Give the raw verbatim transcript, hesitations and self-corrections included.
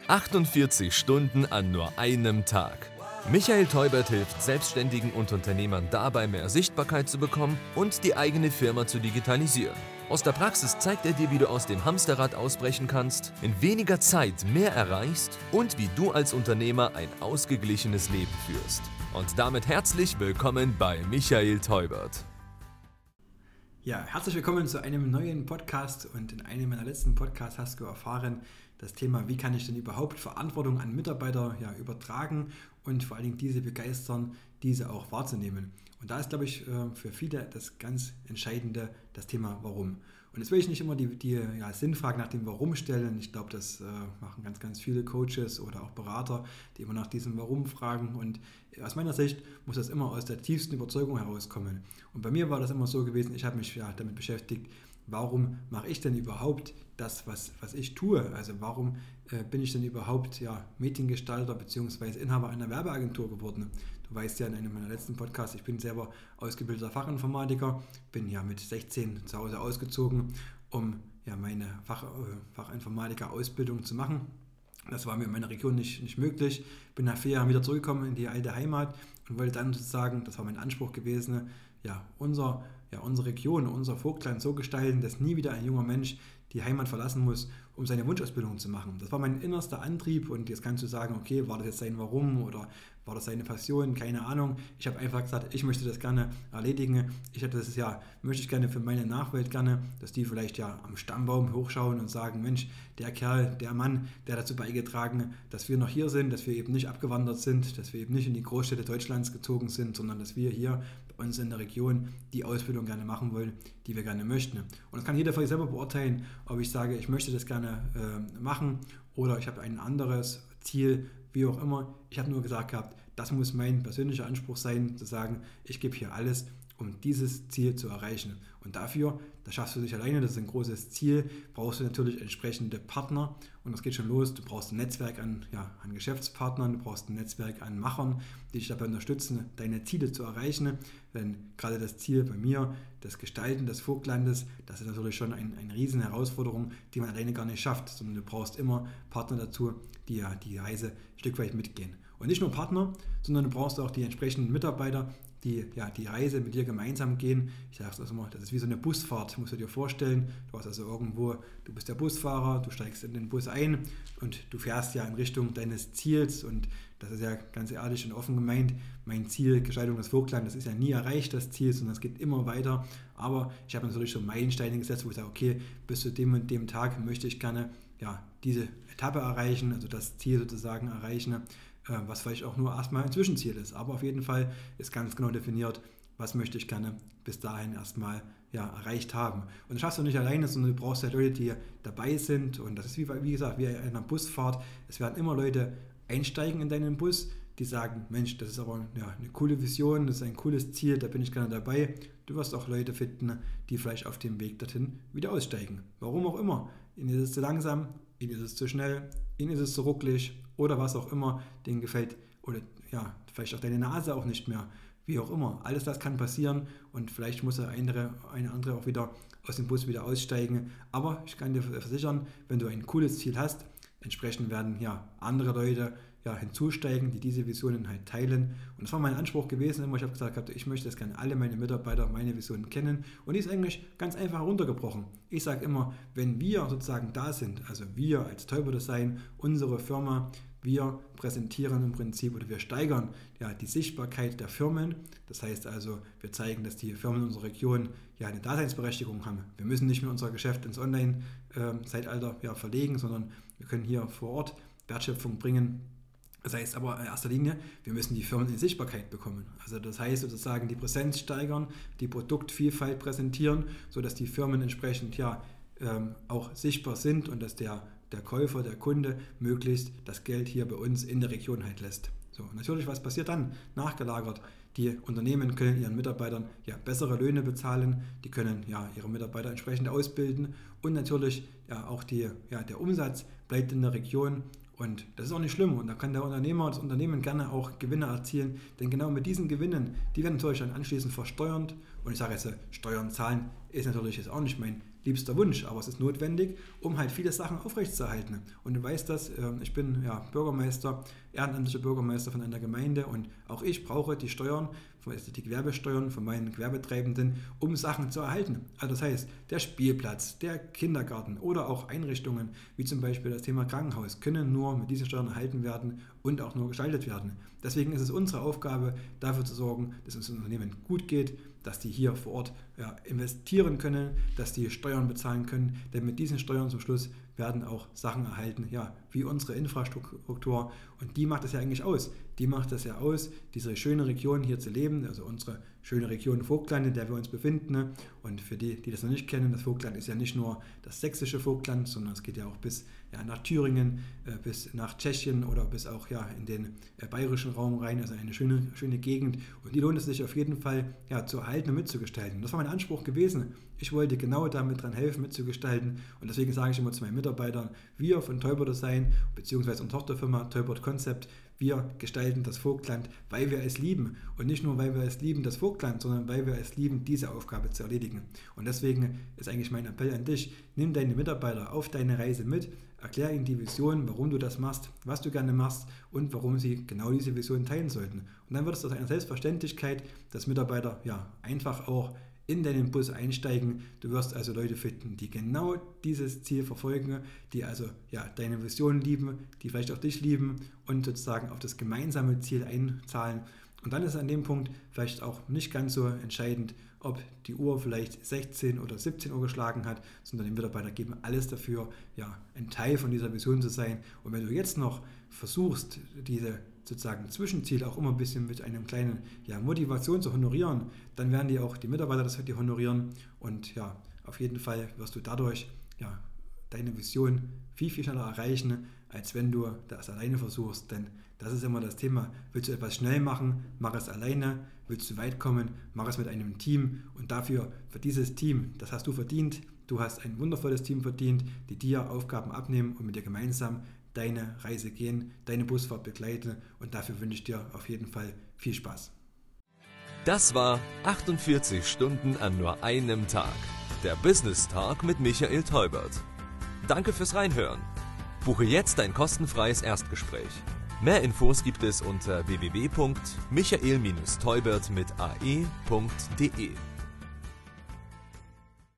achtundvierzig Stunden an nur einem Tag. Michael Teubert hilft Selbstständigen und Unternehmern dabei, mehr Sichtbarkeit zu bekommen und die eigene Firma zu digitalisieren. Aus der Praxis zeigt er dir, wie du aus dem Hamsterrad ausbrechen kannst, in weniger Zeit mehr erreichst und wie du als Unternehmer ein ausgeglichenes Leben führst. Und damit herzlich willkommen bei Michael Teubert. Ja, herzlich willkommen zu einem neuen Podcast, und in einem meiner letzten Podcasts hast du erfahren, das Thema, wie kann ich denn überhaupt Verantwortung an Mitarbeiter ja, übertragen und vor allen Dingen diese begeistern, diese auch wahrzunehmen. Und da ist, glaube ich, für viele das ganz Entscheidende das Thema Warum. Und jetzt will ich nicht immer die, die ja, Sinnfragen nach dem Warum stellen. Ich glaube, das äh, machen ganz, ganz viele Coaches oder auch Berater, die immer nach diesem Warum fragen. Und aus meiner Sicht muss das immer aus der tiefsten Überzeugung herauskommen. Und bei mir war das immer so gewesen, ich habe mich ja, damit beschäftigt, warum mache ich denn überhaupt das, was, was ich tue? Also warum äh, bin ich denn überhaupt ja, Mediengestalter bzw. Inhaber einer Werbeagentur geworden? Du weißt ja in einem meiner letzten Podcasts, ich bin selber ausgebildeter Fachinformatiker, bin ja mit sechzehn zu Hause ausgezogen, um ja, meine Fach, äh, Fachinformatiker-Ausbildung zu machen. Das war mir in meiner Region nicht, nicht möglich. Bin nach vier Jahren wieder zurückgekommen in die alte Heimat und wollte dann sozusagen, das war mein Anspruch gewesen, ja, unser, ja, unsere Region, unser Vogtland so gestalten, dass nie wieder ein junger Mensch die Heimat verlassen muss, um seine Wunschausbildung zu machen. Das war mein innerster Antrieb, und jetzt kannst du sagen, okay, war das jetzt sein Warum oder war das seine Passion, keine Ahnung. Ich habe einfach gesagt, ich möchte das gerne erledigen. Ich hätte das ja, möchte ich gerne für meine Nachwelt gerne, dass die vielleicht ja am Stammbaum hochschauen und sagen, Mensch, der Kerl, der Mann, der dazu beigetragen, dass wir noch hier sind, dass wir eben nicht abgewandert sind, dass wir eben nicht in die Großstädte Deutschlands gezogen sind, sondern dass wir hier bei uns in der Region die Ausbildung gerne machen wollen, die wir gerne möchten. Und das kann jeder für sich selber beurteilen, ob ich sage, ich möchte das gerne äh, machen oder ich habe ein anderes Ziel, wie auch immer. Ich habe nur gesagt gehabt, das muss mein persönlicher Anspruch sein, zu sagen, ich gebe hier alles, um dieses Ziel zu erreichen. Und dafür, das schaffst du nicht alleine, das ist ein großes Ziel, brauchst du natürlich entsprechende Partner, und das geht schon los. Du brauchst ein Netzwerk an, ja, an Geschäftspartnern, du brauchst ein Netzwerk an Machern, die dich dabei unterstützen, deine Ziele zu erreichen. Denn gerade das Ziel bei mir, das Gestalten des Vogtlandes, das ist natürlich schon ein, eine riesen Herausforderung, die man alleine gar nicht schafft, sondern du brauchst immer Partner dazu, die ja die Reise ein Stück weit mitgehen. Und nicht nur Partner, sondern du brauchst auch die entsprechenden Mitarbeiter, die ja die Reise mit dir gemeinsam gehen. Ich sage das immer, das ist wie so eine Busfahrt, musst du dir vorstellen. Du hast also irgendwo, du bist der Busfahrer, du steigst in den Bus ein und du fährst ja in Richtung deines Ziels, und das ist ja ganz ehrlich und offen gemeint, mein Ziel, Gestaltung des Vogtlandes, das ist ja nie erreicht, das Ziel, sondern es geht immer weiter. Aber ich habe natürlich so Meilensteine gesetzt, wo ich sage, okay, bis zu dem und dem Tag möchte ich gerne ja, diese Etappe erreichen, also das Ziel sozusagen erreichen, was vielleicht auch nur erstmal ein Zwischenziel ist. Aber auf jeden Fall ist ganz genau definiert, was möchte ich gerne bis dahin erstmal ja, erreicht haben. Und das schaffst du nicht alleine, sondern du brauchst ja Leute, die dabei sind. Und das ist wie, wie gesagt, wie in einer Busfahrt. Es werden immer Leute einsteigen in deinen Bus, die sagen, Mensch, das ist aber ja, eine coole Vision, das ist ein cooles Ziel, da bin ich gerne dabei. Du wirst auch Leute finden, die vielleicht auf dem Weg dorthin wieder aussteigen. Warum auch immer. Ihnen ist es zu langsam, ihnen ist es zu schnell, ihnen ist es zu rucklig oder was auch immer denen gefällt, oder ja, vielleicht auch deine Nase auch nicht mehr, wie auch immer. Alles das kann passieren, und vielleicht muss der eine, eine andere auch wieder aus dem Bus wieder aussteigen. Aber ich kann dir versichern, wenn du ein cooles Ziel hast, entsprechend werden ja andere Leute ja, hinzusteigen, die diese Visionen halt teilen. Und das war mein Anspruch gewesen immer. Ich habe gesagt, ich möchte, dass gerne alle meine Mitarbeiter meine Visionen kennen. Und die ist eigentlich ganz einfach heruntergebrochen. Ich sage immer, wenn wir sozusagen da sind, also wir als Teubert Design, unsere Firma, wir präsentieren im Prinzip oder wir steigern ja, die Sichtbarkeit der Firmen. Das heißt also, wir zeigen, dass die Firmen in unserer Region ja eine Daseinsberechtigung haben. Wir müssen nicht mehr unser Geschäft ins Online-Zeitalter ja, verlegen, sondern wir können hier vor Ort Wertschöpfung bringen. Das heißt aber in erster Linie, wir müssen die Firmen in Sichtbarkeit bekommen. Also das heißt sozusagen die Präsenz steigern, die Produktvielfalt präsentieren, sodass die Firmen entsprechend ja ähm, auch sichtbar sind und dass der, der Käufer, der Kunde möglichst das Geld hier bei uns in der Region halt lässt. So, natürlich, was passiert dann? Nachgelagert. Die Unternehmen können ihren Mitarbeitern ja bessere Löhne bezahlen, die können ja ihre Mitarbeiter entsprechend ausbilden, und natürlich ja auch die, ja, der Umsatz bleibt in der Region. Und das ist auch nicht schlimm, und da kann der Unternehmer, das Unternehmen gerne auch Gewinne erzielen, denn genau mit diesen Gewinnen, die werden natürlich dann anschließend versteuert, und ich sage jetzt, Steuern zahlen ist natürlich jetzt auch nicht mein liebster Wunsch, aber es ist notwendig, um halt viele Sachen aufrechtzuerhalten. Und du weißt das, ich bin ja Bürgermeister, ehrenamtlicher Bürgermeister von einer Gemeinde und auch ich brauche die Steuern, die Gewerbesteuern von meinen Gewerbetreibenden, um Sachen zu erhalten. Also das heißt, der Spielplatz, der Kindergarten oder auch Einrichtungen, wie zum Beispiel das Thema Krankenhaus, können nur mit diesen Steuern erhalten werden und auch nur gestaltet werden. Deswegen ist es unsere Aufgabe, dafür zu sorgen, dass es den Unternehmen gut geht, dass die hier vor Ort ja, investieren können, dass die Steuern bezahlen können, denn mit diesen Steuern zum Schluss werden auch Sachen erhalten, ja, wie unsere Infrastruktur, und die macht es ja eigentlich aus. Die macht es ja aus, diese schöne Region hier zu leben, also unsere schöne Region Vogtland, in der wir uns befinden. Und für die, die das noch nicht kennen, das Vogtland ist ja nicht nur das sächsische Vogtland, sondern es geht ja auch bis ja, nach Thüringen, äh, bis nach Tschechien oder bis auch ja, in den äh, bayerischen Raum rein, also eine schöne, schöne Gegend. Und die lohnt es sich auf jeden Fall ja, zu erhalten und mitzugestalten. Das war mein Anspruch gewesen. Ich wollte genau damit dran helfen, mitzugestalten, und deswegen sage ich immer zu meinen Mitarbeitern, wir von Teubert Design, beziehungsweise unsere Tochterfirma Teubert Concept, wir gestalten das Vogtland, weil wir es lieben, und nicht nur, weil wir es lieben, das Vogtland, sondern weil wir es lieben, diese Aufgabe zu erledigen. Und deswegen ist eigentlich mein Appell an dich, nimm deine Mitarbeiter auf deine Reise mit, erklär ihnen die Vision, warum du das machst, was du gerne machst und warum sie genau diese Vision teilen sollten. Und dann wird es aus einer Selbstverständlichkeit, dass Mitarbeiter ja einfach auch in deinen Bus einsteigen. Du wirst also Leute finden, die genau dieses Ziel verfolgen, die also ja, deine Vision lieben, die vielleicht auch dich lieben und sozusagen auf das gemeinsame Ziel einzahlen. Und dann ist es an dem Punkt vielleicht auch nicht ganz so entscheidend, ob die Uhr vielleicht sechzehn oder siebzehn Uhr geschlagen hat, sondern die Mitarbeiter geben alles dafür, ja, ein Teil von dieser Vision zu sein. Und wenn du jetzt noch versuchst, diese sozusagen Zwischenziel auch immer ein bisschen mit einem kleinen ja, Motivation zu honorieren, dann werden die auch die Mitarbeiter das die honorieren, und ja, auf jeden Fall wirst du dadurch ja, deine Vision viel, viel schneller erreichen, als wenn du das alleine versuchst, denn das ist immer das Thema. Willst du etwas schnell machen, mach es alleine. Willst du weit kommen, mach es mit einem Team, und dafür, für dieses Team, das hast du verdient. Du hast ein wundervolles Team verdient, die dir Aufgaben abnehmen und mit dir gemeinsam deine Reise gehen, deine Busfahrt begleiten, und dafür wünsche ich dir auf jeden Fall viel Spaß. Das war achtundvierzig Stunden an nur einem Tag. Der Business Talk mit Michael Teubert. Danke fürs Reinhören. Buche jetzt dein kostenfreies Erstgespräch. Mehr Infos gibt es unter w w w punkt michael Bindestrich teubert mit a e punkt d e.